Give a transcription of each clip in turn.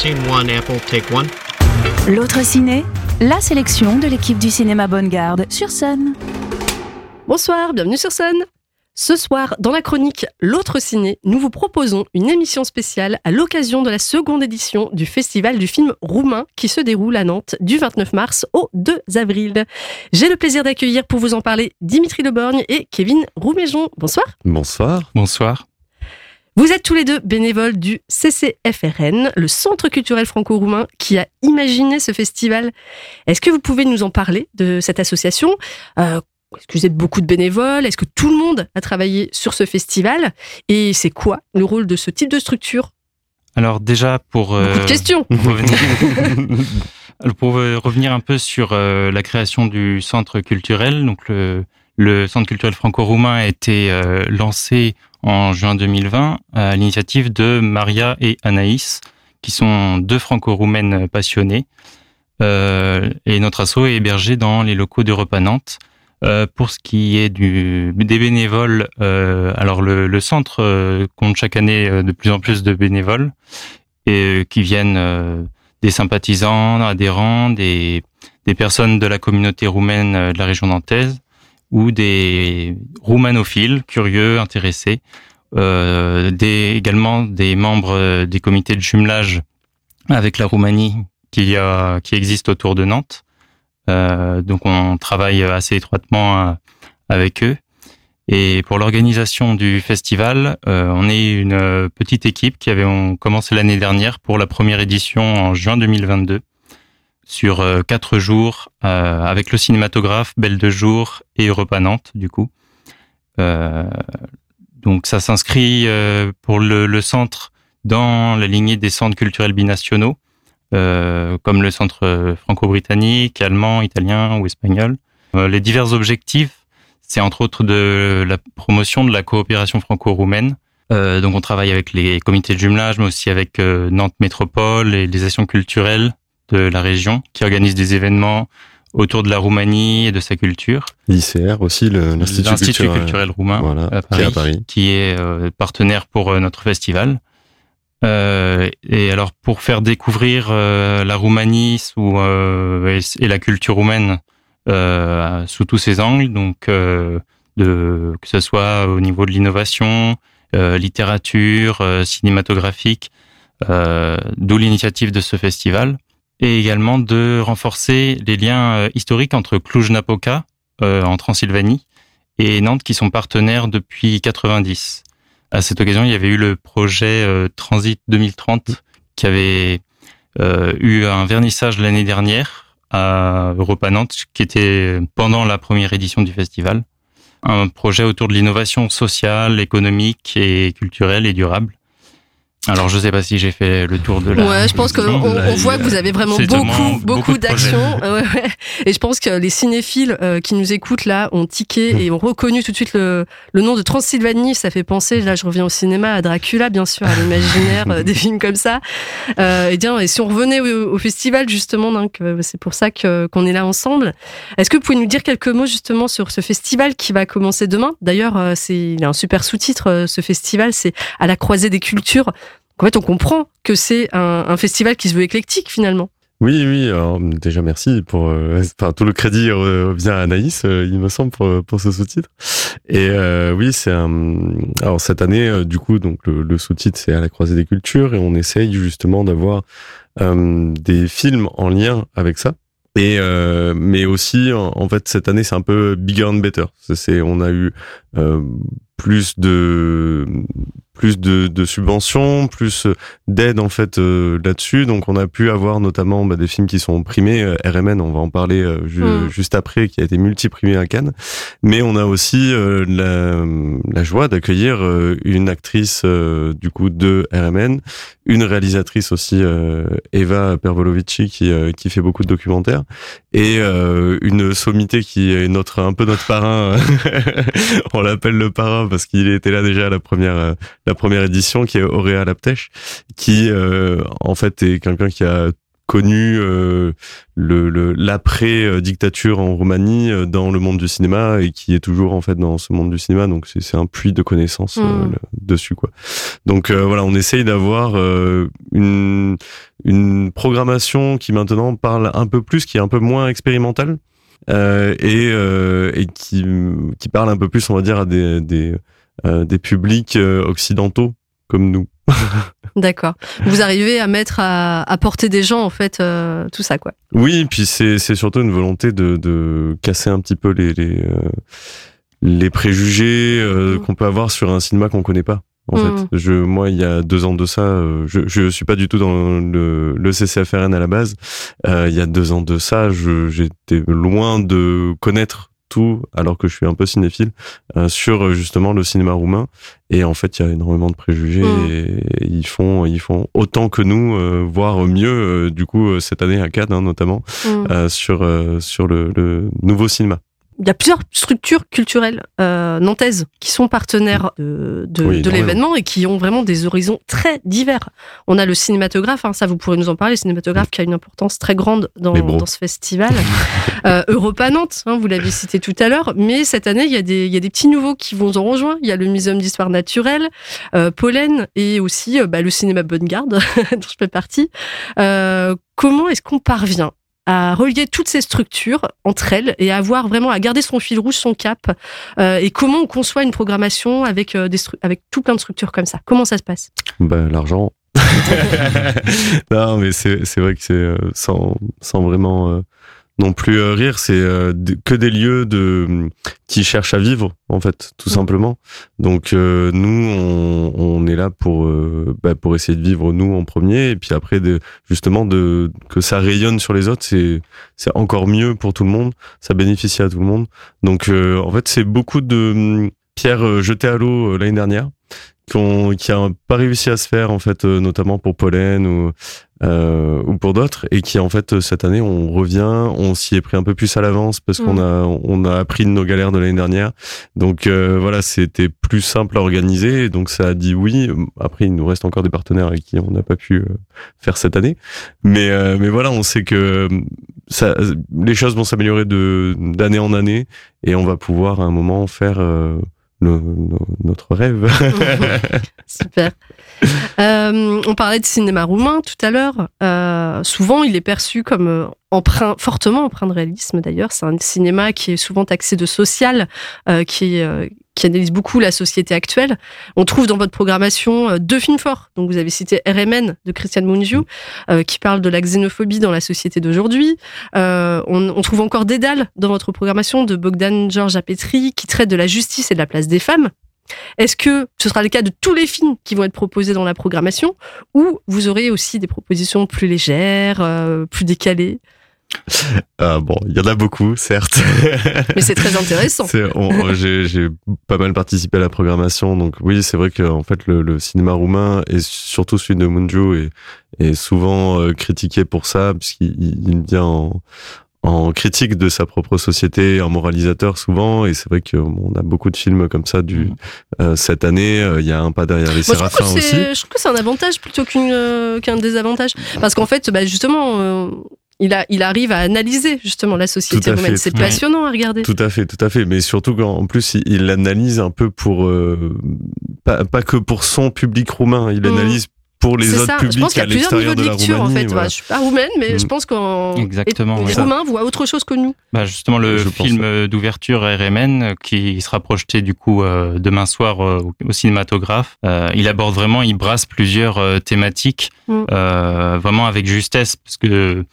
Scene 1, Apple, take 1. L'autre ciné, la sélection de l'équipe du cinéma Bonne Garde sur Sun. Bonsoir, bienvenue sur Sun. Ce soir, dans la chronique L'autre ciné, nous vous proposons une émission spéciale à l'occasion de la seconde édition du Festival du film roumain qui se déroule à Nantes du 29 mars au 2 avril. J'ai le plaisir d'accueillir pour vous en parler Dimitri Leborgne et Kevin Rouméjon. Bonsoir. Bonsoir. Bonsoir. Vous êtes tous les deux bénévoles du CCFRN, le Centre culturel franco-roumain qui a imaginé ce festival. Est-ce que vous pouvez nous en parler de cette association ? Est-ce que vous êtes beaucoup de bénévoles ? Est-ce que tout le monde a travaillé sur ce festival ? Et c'est quoi le rôle de ce type de structure ? Alors déjà, pour beaucoup de questions. Pour revenir un peu sur la création du centre culturel, donc le centre culturel franco-roumain a été lancé en juin 2020 à l'initiative de Maria et Anaïs, qui sont deux franco-roumaines passionnées. Et notre asso est hébergé dans les locaux d'Europa Nantes. Pour ce qui est des bénévoles, alors le centre compte chaque année de plus en plus de bénévoles et qui viennent des sympathisants, adhérents, des personnes de la communauté roumaine de la région nantaise ou des roumanophiles curieux, intéressés, également des membres des comités de jumelage avec la Roumanie qui existent autour de Nantes. Donc on travaille assez étroitement avec eux. Et pour l'organisation du festival, on est une petite équipe qui avait commencé l'année dernière pour la première édition en juin 2022 sur 4 jours avec le cinématographe Belle de Jour et Europa Nantes du coup. Donc ça s'inscrit pour le centre dans la lignée des centres culturels binationaux. Comme le centre franco-britannique, allemand, italien ou espagnol. Les divers objectifs, c'est entre autres de la promotion de la coopération franco-roumaine. Donc on travaille avec les comités de jumelage, mais aussi avec Nantes Métropole et les actions culturelles de la région qui organisent des événements autour de la Roumanie et de sa culture. L'ICR aussi, l'Institut culturel roumain voilà, à Paris, qui est partenaire pour notre festival. Et alors pour faire découvrir la Roumanie et la culture roumaine sous tous ses angles, donc que ce soit au niveau de l'innovation, littérature, cinématographique, d'où l'initiative de ce festival, et également de renforcer les liens historiques entre Cluj-Napoca en Transylvanie et Nantes qui sont partenaires depuis 90. À cette occasion, il y avait eu le projet Transit 2030 qui avait eu un vernissage l'année dernière à Europa Nantes, qui était pendant la première édition du festival. Un projet autour de l'innovation sociale, économique et culturelle et durable. Alors, je sais pas si j'ai fait le tour de la... Ouais, je pense qu'on voit que vous avez vraiment beaucoup d'actions. Ouais. Et je pense que les cinéphiles qui nous écoutent là ont tiqué et ont reconnu tout de suite le nom de Transylvanie. Ça fait penser, là je reviens au cinéma, à Dracula, bien sûr, à l'imaginaire des films comme ça. Et si on revenait au festival, justement, donc, c'est pour ça qu'on est là ensemble. Est-ce que vous pouvez nous dire quelques mots justement sur ce festival qui va commencer demain ? D'ailleurs, il a un super sous-titre, ce festival, c'est « À la croisée des cultures ». En fait, on comprend que c'est un festival qui se veut éclectique, finalement. Oui. Alors, déjà, merci pour... tout le crédit revient à Anaïs, il me semble, pour ce sous-titre. Et oui, c'est alors, cette année, du coup, donc le sous-titre, c'est « À la croisée des cultures » et on essaye justement d'avoir des films en lien avec ça. Et mais aussi, en fait, cette année, c'est un peu bigger and better. On a eu plus de subventions, plus d'aide en fait là-dessus. Donc on a pu avoir notamment des films qui sont primés, RMN, on va en parler juste après, qui a été multiprimé à Cannes. Mais on a aussi la joie d'accueillir une actrice du coup de RMN, une réalisatrice aussi, Eva Pervolovici, qui fait beaucoup de documentaires, et une sommité qui est un peu notre parrain. On l'appelle le parrain parce qu'il était là déjà à la première édition, qui est Auréa Laptesh, qui en fait est quelqu'un qui a connu l'après dictature en Roumanie dans le monde du cinéma et qui est toujours en fait dans ce monde du cinéma, donc c'est un puits de connaissances dessus quoi. Donc voilà, on essaye d'avoir une une programmation qui maintenant parle un peu plus, qui est un peu moins expérimentale et qui parle un peu plus, on va dire, à des publics occidentaux comme nous. D'accord. Vous arrivez à mettre à portée des gens, en fait, tout ça, quoi. Oui, puis c'est surtout une volonté de casser un petit peu les préjugés qu'on peut avoir sur un cinéma qu'on connaît pas. En fait, moi, il y a 2 ans de ça, je suis pas du tout dans le CCFRN à la base. Il y a 2 ans de ça, j'étais loin de connaître tout, alors que je suis un peu cinéphile, sur justement le cinéma roumain. Et en fait, il y a énormément de préjugés et ils font autant que nous, voire mieux, du coup, cette année à Cannes, notamment, sur le nouveau cinéma. Il y a plusieurs structures culturelles nantaises qui sont partenaires de l'événement et qui ont vraiment des horizons très divers. On a le cinématographe, ça vous pourrez nous en parler, le cinématographe qui a une importance très grande dans ce festival. Europa Nantes, vous l'avez cité tout à l'heure, mais cette année, il y a des petits nouveaux qui vont en rejoindre. Il y a le Muséum d'Histoire Naturelle, Pollen et aussi le cinéma Bonne-Garde, dont je fais partie. Comment est-ce qu'on parvient à relier toutes ces structures entre elles et à garder son fil rouge, son cap, et comment on conçoit une programmation avec tout plein de structures comme ça. Comment ça se passe ? L'argent. Non, mais c'est vrai que c'est sans vraiment non plus rire, c'est que des lieux qui cherchent à vivre, en fait, tout simplement. Donc nous, on est là pour essayer de vivre nous en premier, et puis après que ça rayonne sur les autres, c'est encore mieux pour tout le monde, ça bénéficie à tout le monde. Donc en fait, c'est beaucoup de pierres jetées à l'eau l'année dernière qui a pas réussi à se faire, en fait, notamment pour Pollen ou pour d'autres, et qui, en fait, cette année, on revient, on s'y est pris un peu plus à l'avance parce qu'on a appris de nos galères de l'année dernière. Donc voilà, c'était plus simple à organiser, et donc ça a dit oui. Après, il nous reste encore des partenaires avec qui on n'a pas pu faire cette année, mais voilà, on sait que les choses vont s'améliorer d'année en année, et on va pouvoir à un moment faire notre rêve. Super. On parlait de cinéma roumain tout à l'heure. Souvent, il est perçu comme fortement empreint de réalisme, d'ailleurs. C'est un cinéma qui est souvent taxé de social, qui analyse beaucoup la société actuelle. On trouve dans votre programmation 2 films forts. Donc, vous avez cité RMN de Cristian Mungiu, qui parle de la xénophobie dans la société d'aujourd'hui. On trouve encore Dédale dans votre programmation de Bogdan Georgia-Petri, qui traite de la justice et de la place des femmes. Est-ce que ce sera le cas de tous les films qui vont être proposés dans la programmation, ou vous aurez aussi des propositions plus légères, plus décalées ? Il y en a beaucoup, certes. Mais c'est très intéressant. J'ai pas mal participé à la programmation, donc oui, c'est vrai que en fait le cinéma roumain, et surtout celui de Mungiu, est souvent critiqué pour ça, puisqu'il vient en critique de sa propre société, en moralisateur souvent, et c'est vrai qu'on a beaucoup de films comme ça cette année. Il y a Un pas derrière les séraphins aussi. Je trouve que c'est un avantage plutôt qu'un désavantage, parce qu'en fait, justement, il arrive à analyser justement la société roumaine. C'est passionnant à regarder. Tout à fait. Mais surtout qu'en plus, il l'analyse un peu pour pas que pour son public roumain. Il analyse pour les autres publics à l'extérieur de la Roumanie. En fait. Voilà. Je suis pas roumaine, mais je pense les Roumains voient autre chose que nous. Justement, le film d'ouverture RMN, qui sera projeté du coup demain soir au cinématographe, il brasse plusieurs thématiques, vraiment avec justesse, parce que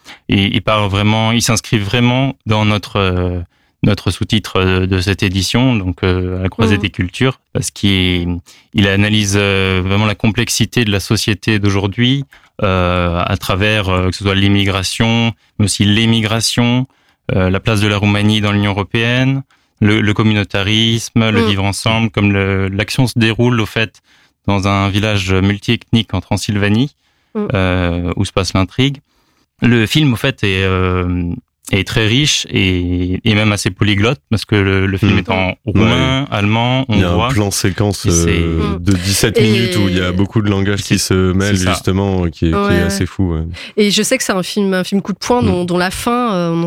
il s'inscrit vraiment dans notre sous-titre de cette édition, donc à la croisée des cultures, parce qu'il analyse vraiment la complexité de la société d'aujourd'hui, à travers que ce soit l'immigration, mais aussi l'émigration, la place de la Roumanie dans l'Union européenne, le communautarisme, le vivre ensemble, comme l'action se déroule au fait dans un village multiethnique en Transylvanie, où se passe l'intrigue. Le film au fait est très riche et même assez polyglotte, parce que le film est en roumain, allemand, hongrois. Il y a un plan séquence de 17 minutes où il y a beaucoup de langages qui se mêlent, justement, qui est assez fou. Ouais. Et je sais que c'est un film coup de poing dont la fin, on n'en sort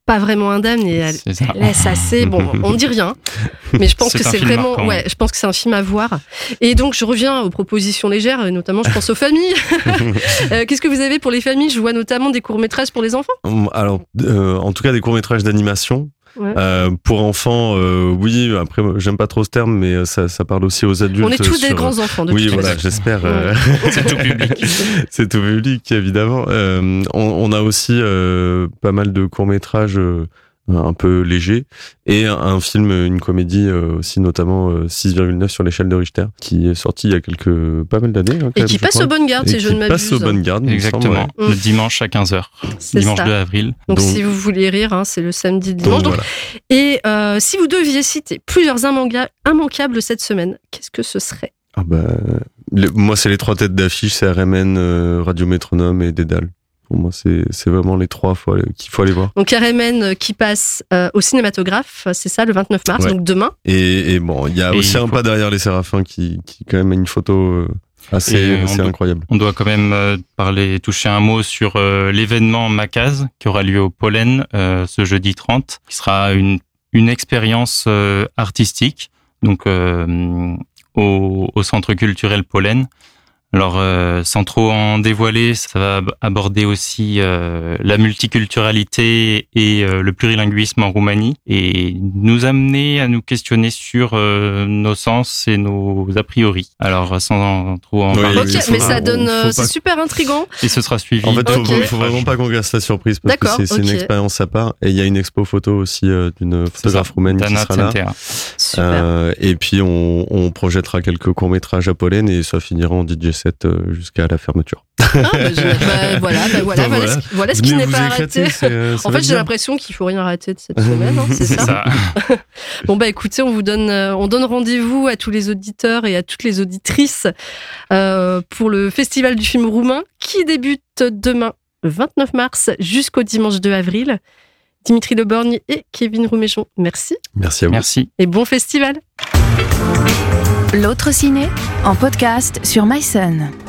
pas vraiment indemne et elle laisse assez. Bon, on dit rien, mais je pense que c'est vraiment. Marquant. Ouais, je pense que c'est un film à voir. Et donc, je reviens aux propositions légères, notamment, je pense aux familles. Qu'est-ce que vous avez pour les familles ? Je vois notamment des courts-métrages pour les enfants. Alors, en tout cas, des courts-métrages d'animation. Ouais. Pour enfants, oui. Après, j'aime pas trop ce terme, mais ça parle aussi aux adultes. On est tous des grands enfants. Oui, voilà, j'espère. C'est tout public. C'est tout public, évidemment. On a aussi pas mal de courts-métrages un peu légers et un film, une comédie aussi, notamment 6,9 sur l'échelle de Richter, qui est sorti il y a pas mal d'années. Hein, et qui passe aux bonnes gardes, si je ne m'abuse. Qui passe aux bonnes gardes, exactement. Le dimanche à 15h. Dimanche 2 avril. Donc, si vous voulez rire, hein, c'est le samedi, dimanche. Donc, voilà. Et si vous deviez citer plusieurs immanquables cette semaine, qu'est-ce que ce serait ? Moi, c'est les 3 têtes d'affiche, c'est RMN, Radio Métronome et Dédale. Pour moi, c'est vraiment les 3 qu'il faut aller voir. Donc RMN qui passe au cinématographe, c'est ça, le 29 mars, donc demain. Et bon, il y a aussi un pas derrière les Séraphins qui quand même a une photo assez incroyable. On doit quand même toucher un mot sur l'événement Macaz qui aura lieu au Pollen ce jeudi 30, qui sera une expérience artistique, donc au Centre culturel Pollen. Alors, sans trop en dévoiler, ça va aborder aussi la multiculturalité et le plurilinguisme en Roumanie et nous amener à nous questionner sur nos sens et nos a priori. Alors, sans trop en parler. Ok, mais ça donne, c'est super intriguant. Et ce sera suivi. En fait, faut vraiment pas qu'on casse la surprise parce que c'est une expérience à part. Et il y a une expo photo aussi d'une photographe roumaine qui sera là. Super. Et puis, on projettera quelques courts-métrages à Pollen et ça finira en DJ set jusqu'à la fermeture. Voilà ce qui n'est pas raté. En fait, j'ai l'impression qu'il faut rien rater de cette semaine, hein, c'est ça. Bon écoutez, on donne rendez-vous à tous les auditeurs et à toutes les auditrices pour le Festival du film roumain qui débute demain, le 29 mars, jusqu'au dimanche 2 avril. Dimitri Leborgne et Kevin Rouméjon, merci. Merci à vous. Merci. Et bon festival. L'autre ciné en podcast sur MySun.